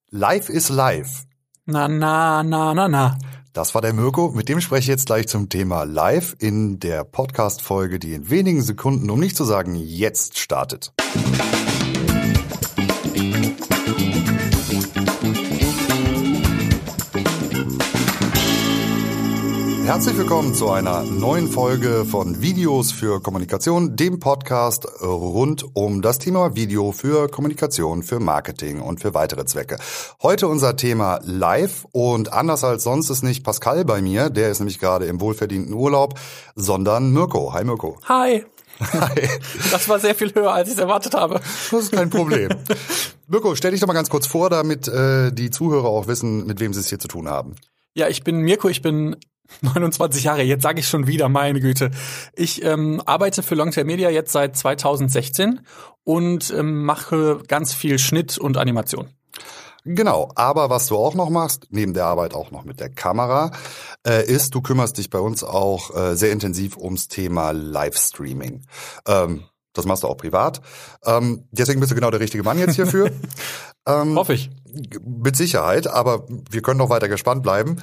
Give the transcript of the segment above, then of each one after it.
Live ist live. Na. Das war der Mirko, mit dem spreche ich jetzt gleich zum Thema Live in der Podcast-Folge, die in wenigen Sekunden, um nicht zu sagen jetzt, startet. Herzlich willkommen zu einer neuen Folge von Videos für Kommunikation, dem Podcast rund um das Thema Video für Kommunikation, für Marketing und für weitere Zwecke. Heute unser Thema Live und anders als sonst ist nicht Pascal bei mir, der ist nämlich gerade im wohlverdienten Urlaub, sondern Mirko. Hi Mirko. Hi. Hi. Das war sehr viel höher, als ich es erwartet habe. Das ist kein Problem. Mirko, stell dich doch mal ganz kurz vor, damit die Zuhörer auch wissen, mit wem sie es hier zu tun haben. Ja, ich bin Mirko, ich bin 29 Jahre, jetzt sage ich schon wieder, meine Güte. Ich arbeite für Longtail Media jetzt seit 2016 und mache ganz viel Schnitt und Animation. Genau, aber was du auch noch machst, neben der Arbeit auch noch mit der Kamera, ist, du kümmerst dich bei uns auch sehr intensiv ums Thema Livestreaming. Das machst du auch privat. Deswegen bist du genau der richtige Mann jetzt hierfür. Hoffe ich. Mit Sicherheit, aber wir können noch weiter gespannt bleiben.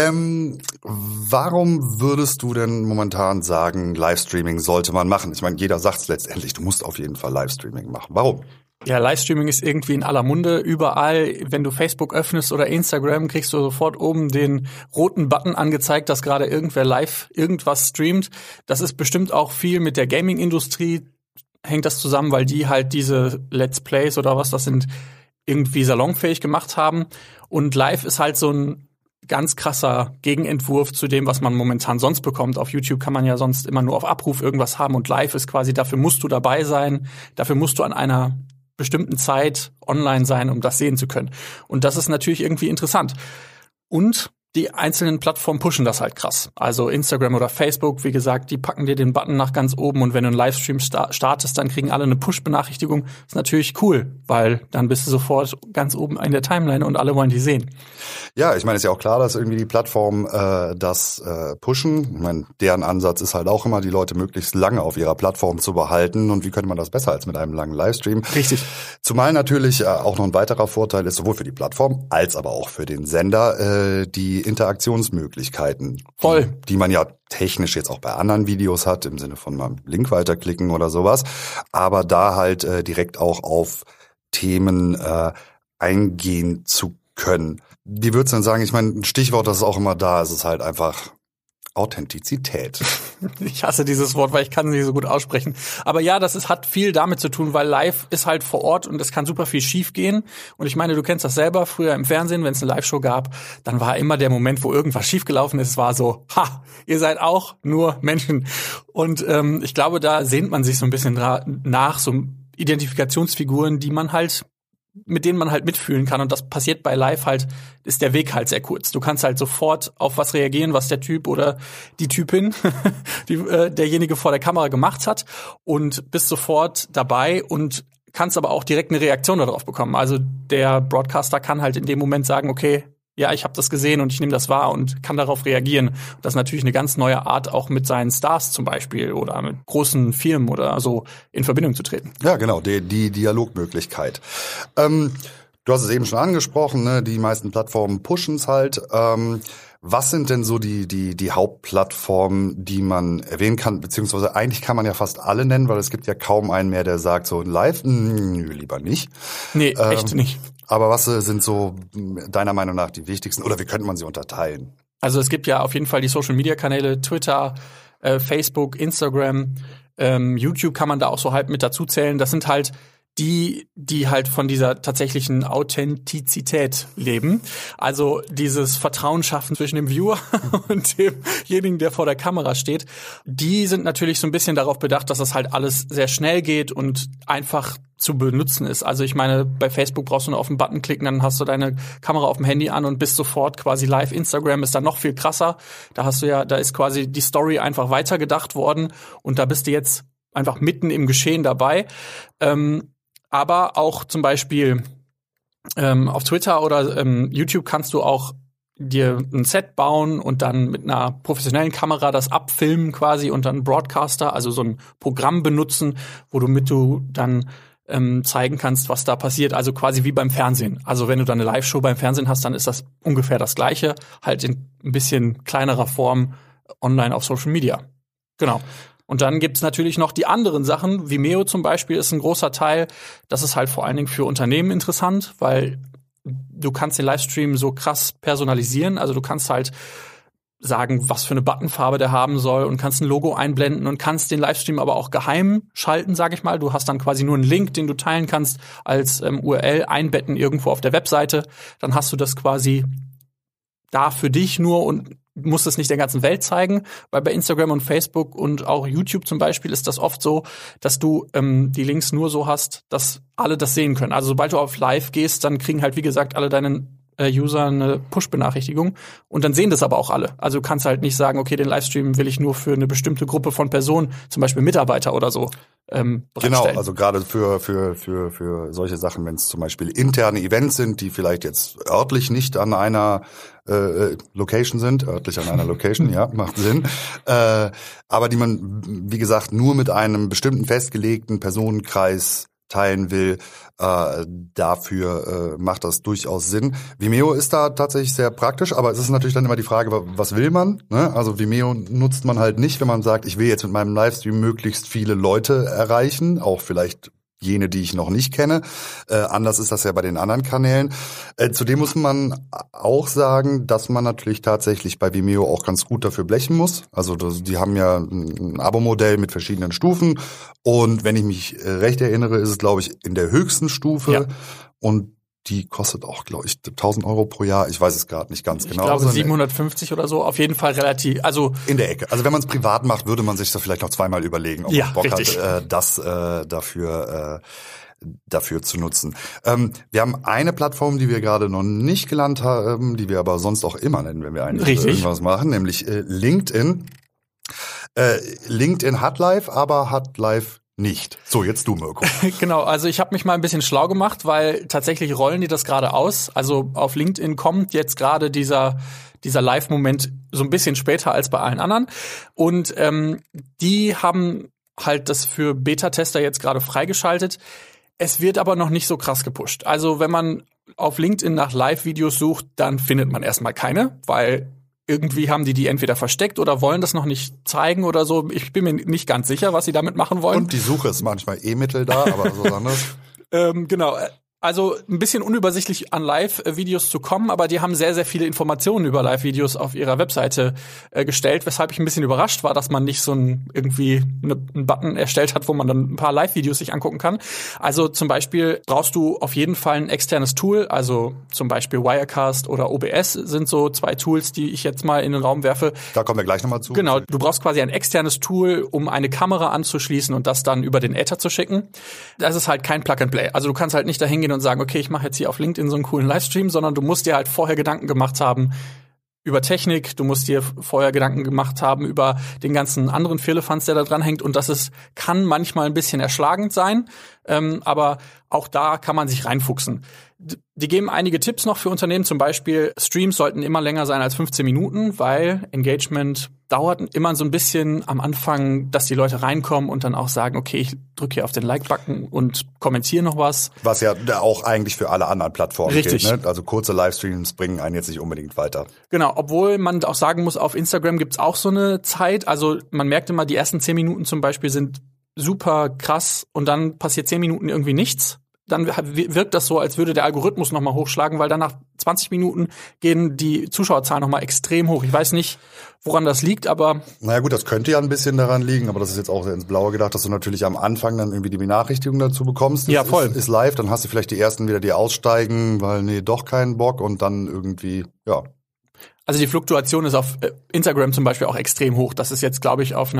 Warum würdest du denn momentan sagen, Livestreaming sollte man machen? Ich meine, jeder sagt es letztendlich, du musst auf jeden Fall Livestreaming machen. Warum? Ja, Livestreaming ist irgendwie in aller Munde. Überall, wenn du Facebook öffnest oder Instagram, kriegst du sofort oben den roten Button angezeigt, dass gerade irgendwer live irgendwas streamt. Das ist bestimmt auch viel mit der Gaming-Industrie, hängt das zusammen, weil die halt diese Let's Plays oder was das sind, irgendwie salonfähig gemacht haben. Und live ist halt so ein ganz krasser Gegenentwurf zu dem, was man momentan sonst bekommt. Auf YouTube kann man ja sonst immer nur auf Abruf irgendwas haben und live ist quasi, dafür musst du dabei sein, dafür musst du an einer bestimmten Zeit online sein, um das sehen zu können. Und das ist natürlich irgendwie interessant. Und die einzelnen Plattformen pushen das halt krass. Also Instagram oder Facebook, wie gesagt, die packen dir den Button nach ganz oben und wenn du einen Livestream startest, dann kriegen alle eine Push-Benachrichtigung. Ist natürlich cool, weil dann bist du sofort ganz oben in der Timeline und alle wollen die sehen. Ja, ich meine, ist ja auch klar, dass irgendwie die Plattformen das pushen. Ich meine, deren Ansatz ist halt auch immer, die Leute möglichst lange auf ihrer Plattform zu behalten. Und wie könnte man das besser als mit einem langen Livestream? Richtig. Zumal natürlich auch noch ein weiterer Vorteil ist, sowohl für die Plattform als aber auch für den Sender, die Interaktionsmöglichkeiten, die man ja technisch jetzt auch bei anderen Videos hat, im Sinne von mal einen Link weiterklicken oder sowas, aber da halt direkt auch auf Themen eingehen zu können. Wie würdest du denn sagen, ich meine, ein Stichwort, das ist auch immer da, ist halt einfach Authentizität. Ich hasse dieses Wort, weil ich kann es nicht so gut aussprechen. Aber ja, hat viel damit zu tun, weil live ist halt vor Ort und es kann super viel schief gehen. Und ich meine, du kennst das selber, früher im Fernsehen, wenn es eine Live-Show gab, dann war immer der Moment, wo irgendwas schiefgelaufen ist, war so, ihr seid auch nur Menschen. Und ich glaube, da sehnt man sich so ein bisschen nach, so Identifikationsfiguren, mit denen man halt mitfühlen kann. Und das passiert bei Live halt, ist der Weg halt sehr kurz. Du kannst halt sofort auf was reagieren, was der Typ oder die Typin, derjenige vor der Kamera gemacht hat und bist sofort dabei und kannst aber auch direkt eine Reaktion darauf bekommen. Also der Broadcaster kann halt in dem Moment sagen, okay, ja, ich habe das gesehen und ich nehme das wahr und kann darauf reagieren. Das ist natürlich eine ganz neue Art, auch mit seinen Stars zum Beispiel oder mit großen Firmen oder so in Verbindung zu treten. Ja, genau, die Dialogmöglichkeit. Du hast es eben schon angesprochen, ne? Die meisten Plattformen pushen es halt. Was sind denn so die Hauptplattformen, die man erwähnen kann, beziehungsweise eigentlich kann man ja fast alle nennen, weil es gibt ja kaum einen mehr, der sagt so live, lieber nicht. Nee, echt nicht. Aber was sind so deiner Meinung nach die wichtigsten oder wie könnte man sie unterteilen? Also es gibt ja auf jeden Fall die Social-Media-Kanäle, Twitter, Facebook, Instagram, YouTube kann man da auch so halb mit dazu zählen. Das sind halt die halt von dieser tatsächlichen Authentizität leben. Also dieses Vertrauen schaffen zwischen dem Viewer und demjenigen, der vor der Kamera steht. Die sind natürlich so ein bisschen darauf bedacht, dass das halt alles sehr schnell geht und einfach zu benutzen ist. Also ich meine, bei Facebook brauchst du nur auf den Button klicken, dann hast du deine Kamera auf dem Handy an und bist sofort quasi live. Instagram ist dann noch viel krasser. Da ist quasi die Story einfach weitergedacht worden und da bist du jetzt einfach mitten im Geschehen dabei. Aber auch zum Beispiel auf Twitter oder YouTube kannst du auch dir ein Set bauen und dann mit einer professionellen Kamera das abfilmen quasi und dann Broadcaster, also so ein Programm benutzen, womit du dann zeigen kannst, was da passiert. Also quasi wie beim Fernsehen. Also wenn du da eine Live-Show beim Fernsehen hast, dann ist das ungefähr das Gleiche, halt in ein bisschen kleinerer Form online auf Social Media. Genau. Und dann gibt's natürlich noch die anderen Sachen. Vimeo zum Beispiel ist ein großer Teil. Das ist halt vor allen Dingen für Unternehmen interessant, weil du kannst den Livestream so krass personalisieren. Also du kannst halt sagen, was für eine Buttonfarbe der haben soll und kannst ein Logo einblenden und kannst den Livestream aber auch geheim schalten, sag ich mal. Du hast dann quasi nur einen Link, den du teilen kannst als URL einbetten irgendwo auf der Webseite. Dann hast du das quasi da für dich nur und musst es nicht der ganzen Welt zeigen, weil bei Instagram und Facebook und auch YouTube zum Beispiel ist das oft so, dass du die Links nur so hast, dass alle das sehen können. Also sobald du auf Live gehst, dann kriegen halt, wie gesagt, alle deine User eine Push-Benachrichtigung und dann sehen das aber auch alle. Also du kannst halt nicht sagen, okay, den Livestream will ich nur für eine bestimmte Gruppe von Personen, zum Beispiel Mitarbeiter oder so, genau, also gerade für solche Sachen, wenn es zum Beispiel interne Events sind, die vielleicht jetzt örtlich nicht an einer Location sind, örtlich an einer Location, ja, macht Sinn, aber die man, wie gesagt, nur mit einem bestimmten festgelegten Personenkreis teilen will, dafür macht das durchaus Sinn. Vimeo ist da tatsächlich sehr praktisch, aber es ist natürlich dann immer die Frage, was will man? Ne? Also Vimeo nutzt man halt nicht, wenn man sagt, ich will jetzt mit meinem Livestream möglichst viele Leute erreichen, auch vielleicht jene, die ich noch nicht kenne. Anders ist das ja bei den anderen Kanälen. Zudem muss man auch sagen, dass man natürlich tatsächlich bei Vimeo auch ganz gut dafür blechen muss. Also die haben ja ein Abo-Modell mit verschiedenen Stufen. Und wenn ich mich recht erinnere, ist es, glaube ich, in der höchsten Stufe. Ja. Und die kostet auch, glaube ich, 1.000 Euro pro Jahr. Ich weiß es gerade nicht ganz genau. Ich glaube 750 oder so. Auf jeden Fall relativ, also in der Ecke. Also wenn man es privat macht, würde man sich das vielleicht noch zweimal überlegen, ob man Bock richtig hat, das dafür zu nutzen. Wir haben eine Plattform, die wir gerade noch nicht gelernt haben, die wir aber sonst auch immer nennen, wenn wir eigentlich irgendwas machen, nämlich LinkedIn. LinkedIn hat Live, aber hat Live nicht. So, jetzt du, Mirko. Genau, also ich habe mich mal ein bisschen schlau gemacht, weil tatsächlich rollen die das gerade aus. Also auf LinkedIn kommt jetzt gerade dieser Live-Moment so ein bisschen später als bei allen anderen. Und die haben halt das für Beta-Tester jetzt gerade freigeschaltet. Es wird aber noch nicht so krass gepusht. Also wenn man auf LinkedIn nach Live-Videos sucht, dann findet man erstmal keine, weil irgendwie haben die entweder versteckt oder wollen das noch nicht zeigen oder so. Ich bin mir nicht ganz sicher, was sie damit machen wollen. Und die Suche ist manchmal Mittel da, aber so anders. Genau. Also ein bisschen unübersichtlich an Live-Videos zu kommen, aber die haben sehr, sehr viele Informationen über Live-Videos auf ihrer Webseite gestellt, weshalb ich ein bisschen überrascht war, dass man nicht so einen Button erstellt hat, wo man dann ein paar Live-Videos sich angucken kann. Also zum Beispiel brauchst du auf jeden Fall ein externes Tool, also zum Beispiel Wirecast oder OBS sind so zwei Tools, die ich jetzt mal in den Raum werfe. Da kommen wir gleich nochmal zu. Genau, du brauchst quasi ein externes Tool, um eine Kamera anzuschließen und das dann über den Äther zu schicken. Das ist halt kein Plug-and-Play. Also du kannst halt nicht dahin gehen und sagen, okay, ich mache jetzt hier auf LinkedIn so einen coolen Livestream, sondern du musst dir halt vorher Gedanken gemacht haben über Technik, du musst dir vorher Gedanken gemacht haben über den ganzen anderen Firlefanz, der da dran hängt und kann manchmal ein bisschen erschlagend sein, aber auch da kann man sich reinfuchsen. Die geben einige Tipps noch für Unternehmen, zum Beispiel Streams sollten immer länger sein als 15 Minuten, weil Engagement dauert immer so ein bisschen am Anfang, dass die Leute reinkommen und dann auch sagen, okay, ich drücke hier auf den Like-Button und kommentiere noch was. Was ja auch eigentlich für alle anderen Plattformen gilt, ne? Also kurze Livestreams bringen einen jetzt nicht unbedingt weiter. Genau, obwohl man auch sagen muss, auf Instagram gibt's auch so eine Zeit, also man merkt immer, die ersten 10 Minuten zum Beispiel sind super krass und dann passiert 10 Minuten irgendwie nichts. Dann wirkt das so, als würde der Algorithmus nochmal hochschlagen, weil dann nach 20 Minuten gehen die Zuschauerzahlen nochmal extrem hoch. Ich weiß nicht, woran das liegt, aber... Naja gut, das könnte ja ein bisschen daran liegen, aber das ist jetzt auch sehr ins Blaue gedacht, dass du natürlich am Anfang dann irgendwie die Benachrichtigung dazu bekommst. Ja, voll. Ist live, dann hast du vielleicht die ersten wieder, die aussteigen, weil doch keinen Bock und dann irgendwie, ja... Also die Fluktuation ist auf Instagram zum Beispiel auch extrem hoch. Das ist jetzt, glaube ich, auf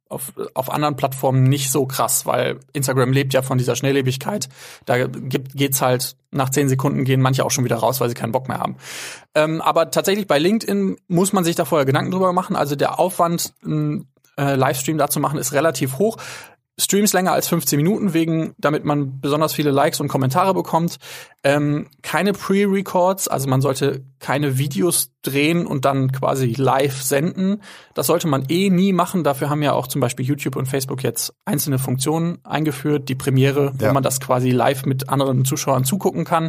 anderen Plattformen nicht so krass, weil Instagram lebt ja von dieser Schnelllebigkeit. Da geht's halt nach 10 Sekunden gehen manche auch schon wieder raus, weil sie keinen Bock mehr haben. Aber tatsächlich bei LinkedIn muss man sich da vorher Gedanken drüber machen. Also der Aufwand, einen Livestream da zu machen, ist relativ hoch. Streams länger als 15 Minuten damit man besonders viele Likes und Kommentare bekommt. Keine Pre-Records, also man sollte keine Videos drehen und dann quasi live senden. Das sollte man nie machen. Dafür haben ja auch zum Beispiel YouTube und Facebook jetzt einzelne Funktionen eingeführt. Die Premiere, wo man das quasi live mit anderen Zuschauern zugucken kann.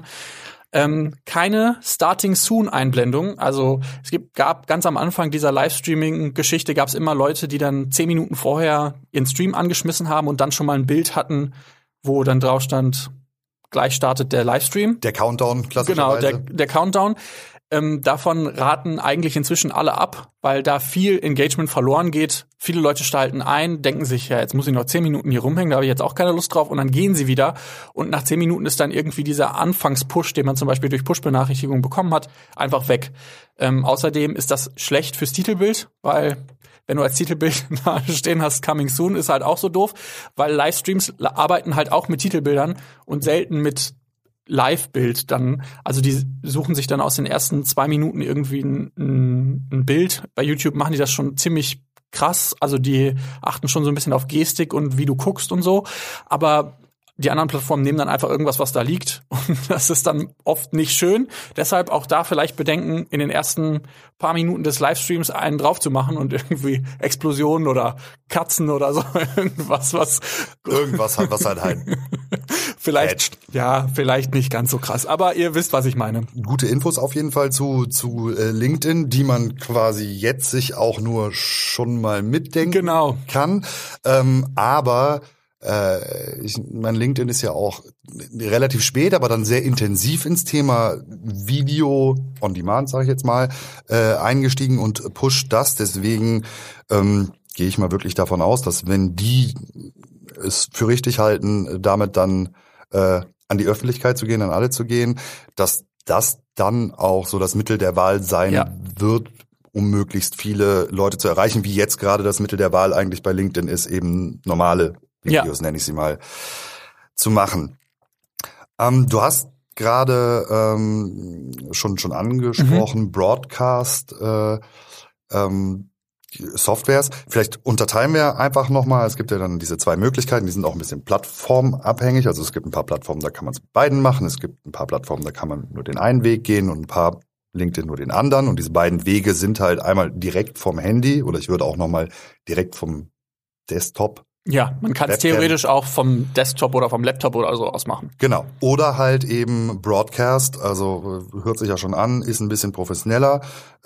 Keine Starting-Soon-Einblendung. Also gab ganz am Anfang dieser Livestreaming-Geschichte gab es immer Leute, die dann 10 Minuten vorher ihren Stream angeschmissen haben und dann schon mal ein Bild hatten, wo dann drauf stand, gleich startet der Livestream. Der Countdown, klassischerweise. Genau, der Countdown. Davon raten eigentlich inzwischen alle ab, weil da viel Engagement verloren geht. Viele Leute schalten ein, denken sich, ja, jetzt muss ich noch 10 Minuten hier rumhängen, da habe ich jetzt auch keine Lust drauf. Und dann gehen sie wieder. Und nach 10 Minuten ist dann irgendwie dieser Anfangspush, den man zum Beispiel durch Push-Benachrichtigungen bekommen hat, einfach weg. Außerdem ist das schlecht fürs Titelbild, weil wenn du als Titelbild da stehen hast, Coming Soon, ist halt auch so doof, weil Livestreams arbeiten halt auch mit Titelbildern und selten mit Live-Bild dann, also die suchen sich dann aus den ersten 2 Minuten irgendwie ein Bild. Bei YouTube machen die das schon ziemlich krass, also die achten schon so ein bisschen auf Gestik und wie du guckst und so, aber die anderen Plattformen nehmen dann einfach irgendwas, was da liegt und das ist dann oft nicht schön. Deshalb auch da vielleicht bedenken, in den ersten paar Minuten des Livestreams einen drauf zu machen und irgendwie Explosionen oder Katzen oder so, irgendwas was halt vielleicht nicht ganz so krass, aber ihr wisst, was ich meine. Gute Infos auf jeden Fall zu LinkedIn, die man quasi jetzt sich auch nur schon mal mitdenken kann. Aber mein LinkedIn ist ja auch relativ spät, aber dann sehr intensiv ins Thema Video on Demand, sage ich jetzt mal, eingestiegen und pusht das. Deswegen gehe ich mal wirklich davon aus, dass wenn die es für richtig halten, damit dann an die Öffentlichkeit zu gehen, an alle zu gehen, dass das dann auch so das Mittel der Wahl sein wird, um möglichst viele Leute zu erreichen, wie jetzt gerade das Mittel der Wahl eigentlich bei LinkedIn ist, eben normale Videos, nenne ich sie mal, zu machen. Du hast gerade schon angesprochen, Broadcast Softwares. Vielleicht unterteilen wir einfach nochmal. Es gibt ja dann diese 2 Möglichkeiten, die sind auch ein bisschen plattformabhängig. Also es gibt ein paar Plattformen, da kann man es mit beiden machen. Es gibt ein paar Plattformen, da kann man nur den einen Weg gehen und ein paar LinkedIn nur den anderen. Und diese beiden Wege sind halt einmal direkt vom Handy oder ich würde auch nochmal direkt vom Desktop. Ja, man kann es theoretisch auch vom Desktop oder vom Laptop oder so aus machen. Genau. Oder halt eben Broadcast, also hört sich ja schon an, ist ein bisschen professioneller.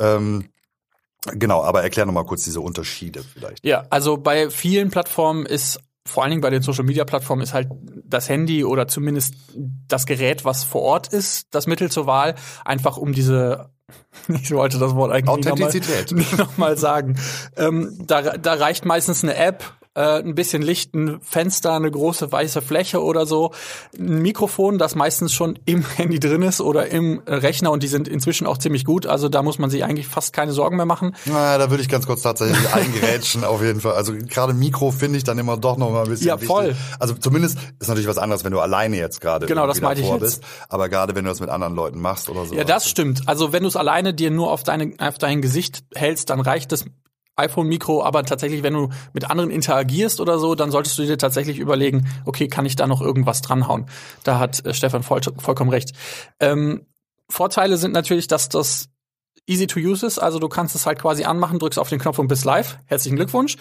Genau, aber erklär nochmal kurz diese Unterschiede vielleicht. Ja, also bei vielen Plattformen ist, vor allen Dingen bei den Social-Media-Plattformen, ist halt das Handy oder zumindest das Gerät, was vor Ort ist, das Mittel zur Wahl, einfach um diese, ich wollte das Wort eigentlich Authentizität nicht nochmal sagen. Da reicht meistens eine App, ein bisschen Licht, ein Fenster, eine große weiße Fläche oder so, ein Mikrofon, das meistens schon im Handy drin ist oder im Rechner und die sind inzwischen auch ziemlich gut, also da muss man sich eigentlich fast keine Sorgen mehr machen. Na, da würde ich ganz kurz tatsächlich eingerätschen auf jeden Fall. Also gerade Mikro finde ich dann immer doch noch mal ein bisschen wichtig. Voll. Also zumindest ist natürlich was anderes, wenn du alleine jetzt gerade das meinte ich jetzt. bist, aber gerade wenn du das mit anderen Leuten machst oder so. Ja, das stimmt. Also wenn du es alleine dir nur auf dein Gesicht hältst, dann reicht das iPhone-Mikro, aber tatsächlich, wenn du mit anderen interagierst oder so, dann solltest du dir tatsächlich überlegen, okay, kann ich da noch irgendwas dranhauen? Da hat Stefan vollkommen recht. Vorteile sind natürlich, dass das easy to use ist, also du kannst es halt quasi anmachen, drückst auf den Knopf und bist live. Herzlichen Glückwunsch.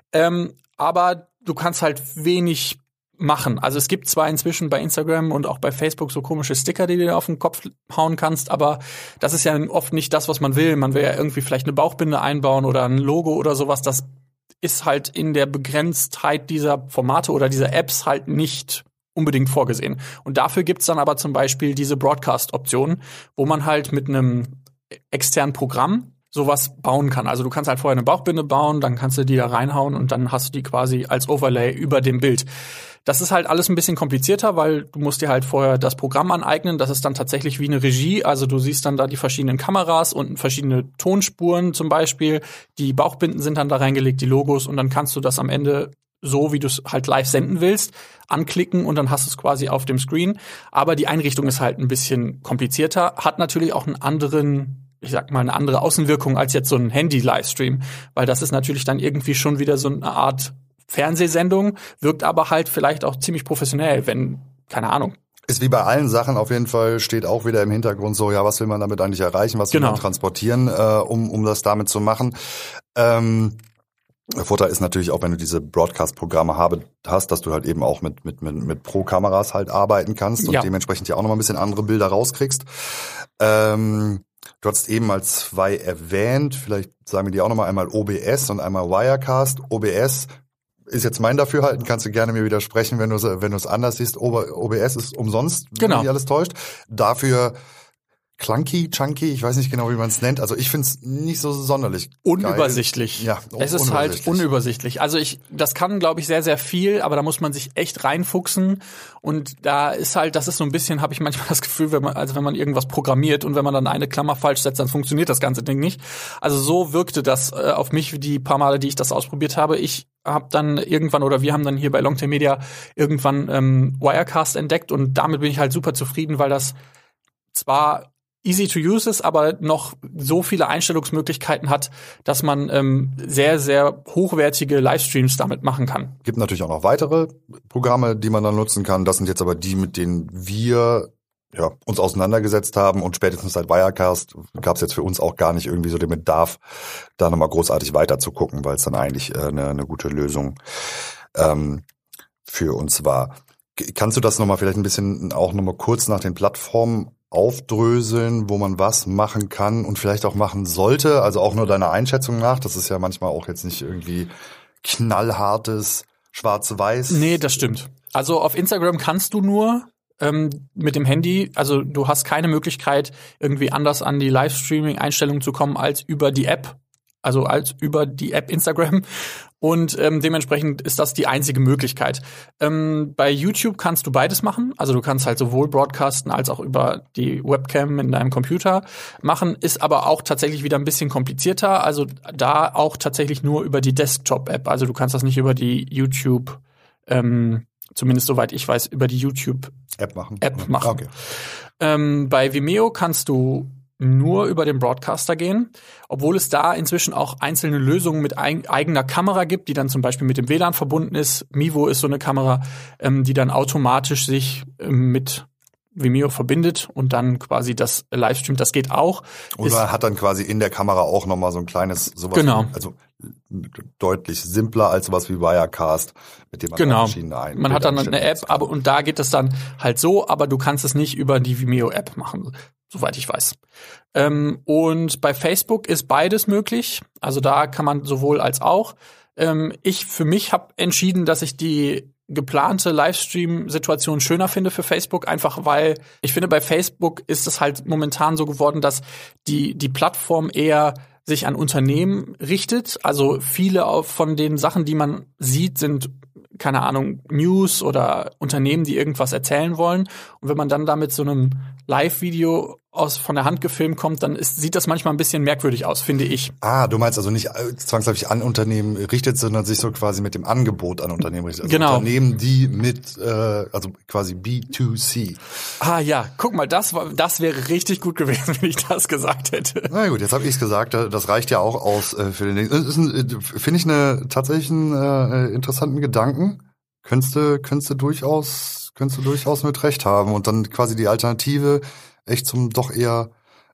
Aber du kannst halt wenig machen. Also es gibt zwar inzwischen bei Instagram und auch bei Facebook so komische Sticker, die du dir auf den Kopf hauen kannst, aber das ist ja oft nicht das, was man will. Man will ja irgendwie vielleicht eine Bauchbinde einbauen oder ein Logo oder sowas. Das ist halt in der Begrenztheit dieser Formate oder dieser Apps halt nicht unbedingt vorgesehen. Und dafür gibt's dann aber zum Beispiel diese Broadcast-Option, wo man halt mit einem externen Programm sowas bauen kann. Also du kannst halt vorher eine Bauchbinde bauen, dann kannst du die da reinhauen und dann hast du die quasi als Overlay über dem Bild. Das ist halt alles ein bisschen komplizierter, weil du musst dir halt vorher das Programm aneignen. Das ist dann tatsächlich wie eine Regie. Also du siehst dann da die verschiedenen Kameras und verschiedene Tonspuren zum Beispiel. Die Bauchbinden sind dann da reingelegt, die Logos. Und dann kannst du das am Ende so, wie du es halt live senden willst, anklicken und dann hast du es quasi auf dem Screen. Aber die Einrichtung ist halt ein bisschen komplizierter, hat natürlich auch eine andere Außenwirkung als jetzt so ein Handy-Livestream. Weil das ist natürlich dann irgendwie schon wieder so eine Art Fernsehsendung, wirkt aber halt vielleicht auch ziemlich professionell, wenn, keine Ahnung. Ist wie bei allen Sachen auf jeden Fall, steht auch wieder im Hintergrund so, ja, was will man damit eigentlich erreichen, was will man transportieren, um das damit zu machen. Der Vorteil ist natürlich auch, wenn du diese Broadcast-Programme hast, dass du halt eben auch mit Pro-Kameras halt arbeiten kannst und dementsprechend ja auch nochmal ein bisschen andere Bilder rauskriegst. Du hast eben mal 2 erwähnt, vielleicht sagen wir die auch nochmal, einmal OBS und einmal Wirecast. OBS ist jetzt mein Dafürhalten, kannst du gerne mir widersprechen, wenn du es anders siehst. OBS ist umsonst, wenn mich alles täuscht. Dafür Chunky, ich weiß nicht genau, wie man es nennt. Also ich finde es nicht so sonderlich unübersichtlich. Geil. Ja, es ist halt unübersichtlich. Also das kann, glaube ich, sehr, sehr viel, aber da muss man sich echt reinfuchsen. Und da ist halt, das ist so ein bisschen, habe ich manchmal das Gefühl, wenn man irgendwas programmiert und wenn man dann eine Klammer falsch setzt, dann funktioniert das ganze Ding nicht. Also so wirkte das auf mich die paar Male, die ich das ausprobiert habe. Ich habe dann irgendwann, oder wir haben dann hier bei Longtail Media irgendwann Wirecast entdeckt und damit bin ich halt super zufrieden, weil das zwar easy to use ist, aber noch so viele Einstellungsmöglichkeiten hat, dass man sehr, sehr hochwertige Livestreams damit machen kann. Gibt natürlich auch noch weitere Programme, die man dann nutzen kann. Das sind jetzt aber die, mit denen wir uns auseinandergesetzt haben, und spätestens seit Wirecast gab es jetzt für uns auch gar nicht irgendwie so den Bedarf, da nochmal großartig weiter zu gucken, weil es dann eigentlich eine gute Lösung für uns war. Kannst du das nochmal vielleicht ein bisschen auch nochmal kurz nach den Plattformen aufdröseln, wo man was machen kann und vielleicht auch machen sollte? Also auch nur deiner Einschätzung nach. Das ist ja manchmal auch jetzt nicht irgendwie knallhartes Schwarz-Weiß. Nee, das stimmt. Also auf Instagram kannst du nur mit dem Handy, also du hast keine Möglichkeit, irgendwie anders an die Livestreaming-Einstellungen zu kommen als über die App. Also als über die App Instagram. Und dementsprechend ist das die einzige Möglichkeit. Bei YouTube kannst du beides machen. Also du kannst halt sowohl broadcasten als auch über die Webcam in deinem Computer machen. Ist aber auch tatsächlich wieder ein bisschen komplizierter. Also da auch tatsächlich nur über die Desktop-App. Also du kannst das nicht über die YouTube, zumindest soweit ich weiß, über die YouTube-App machen. Okay. Bei Vimeo kannst du nur über den Broadcaster gehen, obwohl es da inzwischen auch einzelne Lösungen mit eigener Kamera gibt, die dann zum Beispiel mit dem WLAN verbunden ist. Mivo ist so eine Kamera, die dann automatisch sich mit Vimeo verbindet und dann quasi das Livestreamt. Das geht auch. Oder hat dann quasi in der Kamera auch nochmal so ein kleines sowas. Genau. Also deutlich simpler als sowas wie Wirecast, mit dem man verschiedene Man hat dann eine App, und da geht es dann halt so, aber du kannst es nicht über die Vimeo-App machen, soweit ich weiß. Und bei Facebook ist beides möglich. Also da kann man sowohl als auch. Ich für mich habe entschieden, dass ich die geplante Livestream-Situation schöner finde für Facebook, einfach weil ich finde, bei Facebook ist es halt momentan so geworden, dass die Plattform eher sich an Unternehmen richtet. Also viele von den Sachen, die man sieht, sind, keine Ahnung, News oder Unternehmen, die irgendwas erzählen wollen. Und wenn man dann da mit so einem Live-Video von der Hand gefilmt kommt, dann sieht das manchmal ein bisschen merkwürdig aus, finde ich. Du meinst also nicht zwangsläufig an Unternehmen richtet, sondern sich so quasi mit dem Angebot an Unternehmen richtet. Also genau. Unternehmen, die mit, also quasi B2C. Ja, guck mal, das wäre richtig gut gewesen, wenn ich das gesagt hätte. Na gut, jetzt habe ich es gesagt, das reicht ja auch aus für den Ding. Finde ich tatsächlich einen interessanten Gedanken. Könntest du durchaus mit Recht haben und dann quasi die Alternative echt zum doch eher,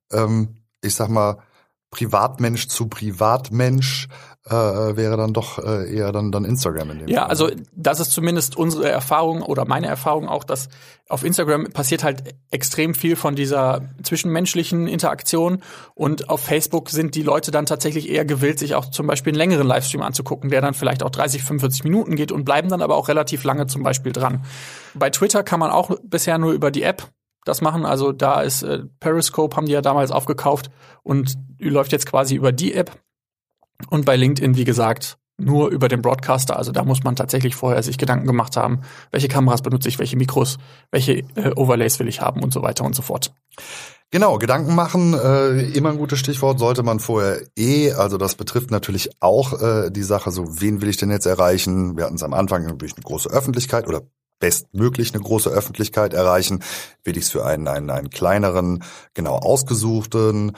ich sag mal, Privatmensch zu Privatmensch wäre dann doch eher dann Instagram in dem Fall. Ja, also das ist zumindest unsere Erfahrung oder meine Erfahrung auch, dass auf Instagram passiert halt extrem viel von dieser zwischenmenschlichen Interaktion und auf Facebook sind die Leute dann tatsächlich eher gewillt, sich auch zum Beispiel einen längeren Livestream anzugucken, der dann vielleicht auch 30, 45 Minuten geht und bleiben dann aber auch relativ lange zum Beispiel dran. Bei Twitter kann man auch bisher nur über die App das machen. Also da ist Periscope, haben die ja damals aufgekauft und läuft jetzt quasi über die App. Und bei LinkedIn, wie gesagt, nur über den Broadcaster. Also da muss man tatsächlich vorher sich Gedanken gemacht haben, welche Kameras benutze ich, welche Mikros, welche Overlays will ich haben und so weiter und so fort. Genau, Gedanken machen, immer ein gutes Stichwort, sollte man vorher also das betrifft natürlich auch die Sache, so wen will ich denn jetzt erreichen? Wir hatten es am Anfang natürlich eine große Öffentlichkeit oder bestmöglich eine große Öffentlichkeit erreichen, will ich es für einen kleineren, genau ausgesuchten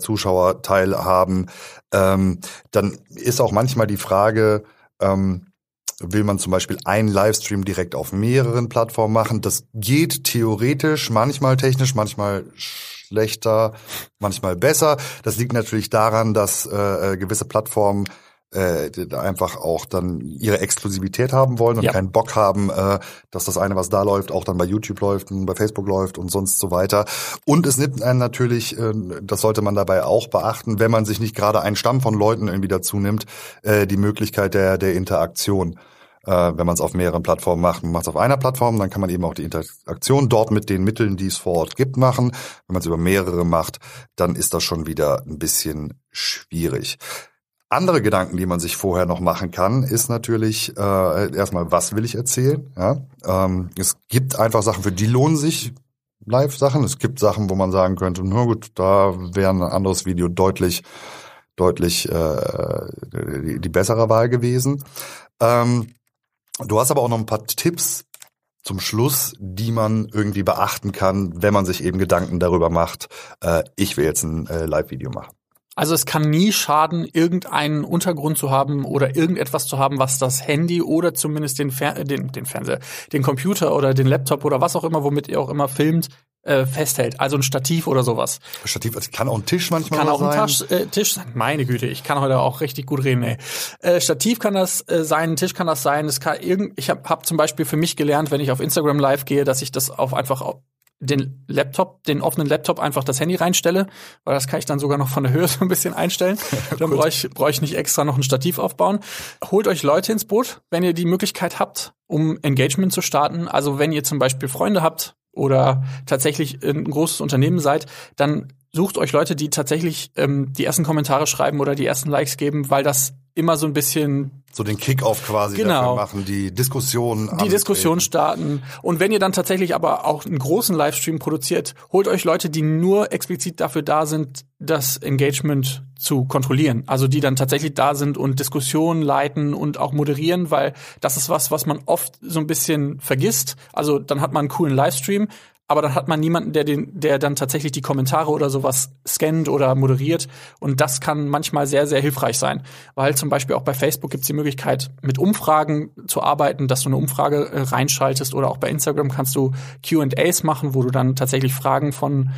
Zuschauerteil haben. Dann ist auch manchmal die Frage, Will man zum Beispiel einen Livestream direkt auf mehreren Plattformen machen? Das geht theoretisch, manchmal technisch, manchmal schlechter, manchmal besser. Das liegt natürlich daran, dass gewisse Plattformen einfach auch dann ihre Exklusivität haben wollen und keinen Bock haben, dass das eine, was da läuft, auch dann bei YouTube läuft und bei Facebook läuft und sonst so weiter. Und es nimmt einen natürlich, das sollte man dabei auch beachten, wenn man sich nicht gerade einen Stamm von Leuten irgendwie dazu nimmt, die Möglichkeit der Interaktion. Wenn man es auf mehreren Plattformen macht. Man macht es auf einer Plattform, dann kann man eben auch die Interaktion dort mit den Mitteln, die es vor Ort gibt, machen. Wenn man es über mehrere macht, dann ist das schon wieder ein bisschen schwierig. Andere Gedanken, die man sich vorher noch machen kann, ist natürlich erstmal, was will ich erzählen? Ja? Es gibt einfach Sachen, für die lohnen sich Live-Sachen. Es gibt Sachen, wo man sagen könnte, na gut, da wäre ein anderes Video deutlich die bessere Wahl gewesen. Du hast aber auch noch ein paar Tipps zum Schluss, die man irgendwie beachten kann, wenn man sich eben Gedanken darüber macht, ich will jetzt ein Live-Video machen. Also es kann nie schaden, irgendeinen Untergrund zu haben oder irgendetwas zu haben, was das Handy oder zumindest den Fernseher, den Computer oder den Laptop oder was auch immer, womit ihr auch immer filmt, festhält. Also ein Stativ oder sowas. Stativ, also kann auch ein Tisch manchmal sein. Kann auch ein Tisch sein. Meine Güte, ich kann heute auch richtig gut reden, ey. Stativ kann das sein, ein Tisch kann das sein. Ich hab zum Beispiel für mich gelernt, wenn ich auf Instagram live gehe, dass ich das einfach den offenen Laptop einfach das Handy reinstelle, weil das kann ich dann sogar noch von der Höhe so ein bisschen einstellen. Dann brauche ich nicht extra noch ein Stativ aufbauen. Holt euch Leute ins Boot, wenn ihr die Möglichkeit habt, um Engagement zu starten. Also wenn ihr zum Beispiel Freunde habt oder tatsächlich ein großes Unternehmen seid, dann sucht euch Leute, die tatsächlich die ersten Kommentare schreiben oder die ersten Likes geben, weil das immer so ein bisschen so den Kick-Off quasi dafür machen, die Diskussion starten. Und wenn ihr dann tatsächlich aber auch einen großen Livestream produziert, holt euch Leute, die nur explizit dafür da sind, das Engagement zu kontrollieren. Also die dann tatsächlich da sind und Diskussionen leiten und auch moderieren, weil das ist was man oft so ein bisschen vergisst. Also dann hat man einen coolen Livestream, aber dann hat man niemanden, der dann tatsächlich die Kommentare oder sowas scannt oder moderiert. Und das kann manchmal sehr, sehr hilfreich sein. Weil zum Beispiel auch bei Facebook gibt es die Möglichkeit, mit Umfragen zu arbeiten, dass du eine Umfrage reinschaltest. Oder auch bei Instagram kannst du Q&As machen, wo du dann tatsächlich Fragen von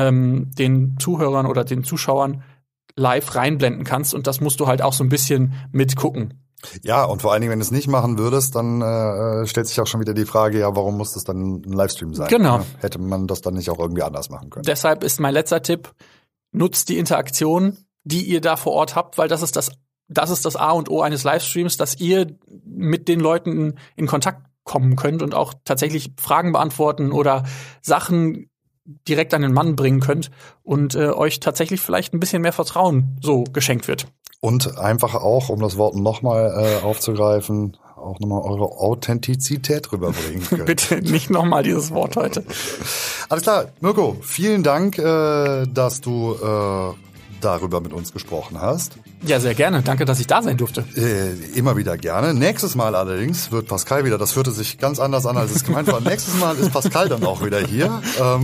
den Zuhörern oder den Zuschauern live reinblenden kannst. Und das musst du halt auch so ein bisschen mitgucken. Ja, und vor allen Dingen, wenn du es nicht machen würdest, dann stellt sich auch schon wieder die Frage, ja, warum muss das dann ein Livestream sein? Genau. Hätte man das dann nicht auch irgendwie anders machen können? Deshalb ist mein letzter Tipp, nutzt die Interaktion, die ihr da vor Ort habt, weil das ist das A und O eines Livestreams, dass ihr mit den Leuten in Kontakt kommen könnt und auch tatsächlich Fragen beantworten oder Sachen direkt an den Mann bringen könnt und euch tatsächlich vielleicht ein bisschen mehr Vertrauen so geschenkt wird. Und einfach auch, um das Wort nochmal aufzugreifen, auch nochmal eure Authentizität rüberbringen können. Bitte nicht nochmal dieses Wort heute. Alles klar, Mirko, vielen Dank, dass du darüber mit uns gesprochen hast. Ja, sehr gerne. Danke, dass ich da sein durfte. Immer wieder gerne. Nächstes Mal allerdings wird Pascal wieder, das hörte sich ganz anders an, als es gemeint war. Nächstes Mal ist Pascal dann auch wieder hier.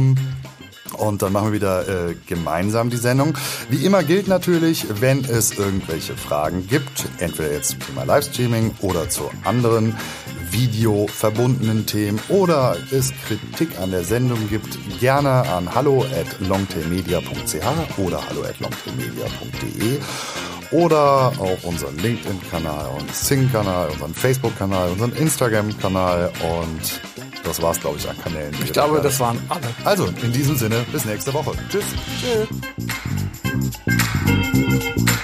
Und dann machen wir wieder gemeinsam die Sendung. Wie immer gilt natürlich, wenn es irgendwelche Fragen gibt, entweder jetzt zum Thema Livestreaming oder zu anderen videoverbundenen Themen oder es Kritik an der Sendung gibt, gerne an hallo@longtailmedia.ch oder hallo@longtailmedia.de oder auch unseren LinkedIn-Kanal und Sing-Kanal, unseren Facebook-Kanal, unseren Instagram-Kanal und das war's, glaube ich, an Kanälen. Ich glaube, das waren alle. Also, in diesem Sinne, bis nächste Woche. Tschüss. Tschüss.